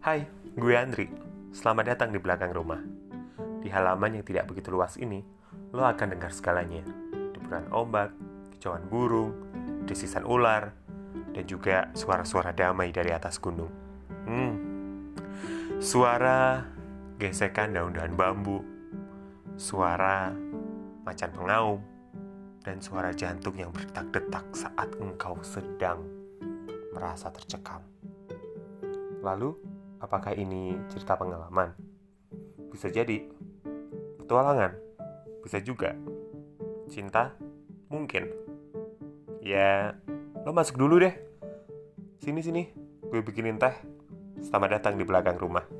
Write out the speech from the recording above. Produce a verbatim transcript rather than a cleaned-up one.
Hai, gue Andri. Selamat datang di belakang rumah. Di halaman yang tidak begitu luas ini, lo akan dengar segalanya. Deburan ombak, kicauan burung, desisan ular, dan juga suara-suara damai dari atas gunung. Hmm, suara gesekan daun-daun bambu, suara macan pengaum, dan suara jantung yang berdetak-detak saat engkau sedang merasa tercekam. Lalu, apakah ini cerita pengalaman? Bisa jadi. Petualangan? Bisa juga. Cinta? Mungkin. Ya, lo masuk dulu deh. Sini-sini, gue bikinin teh. Selamat datang di belakang rumah.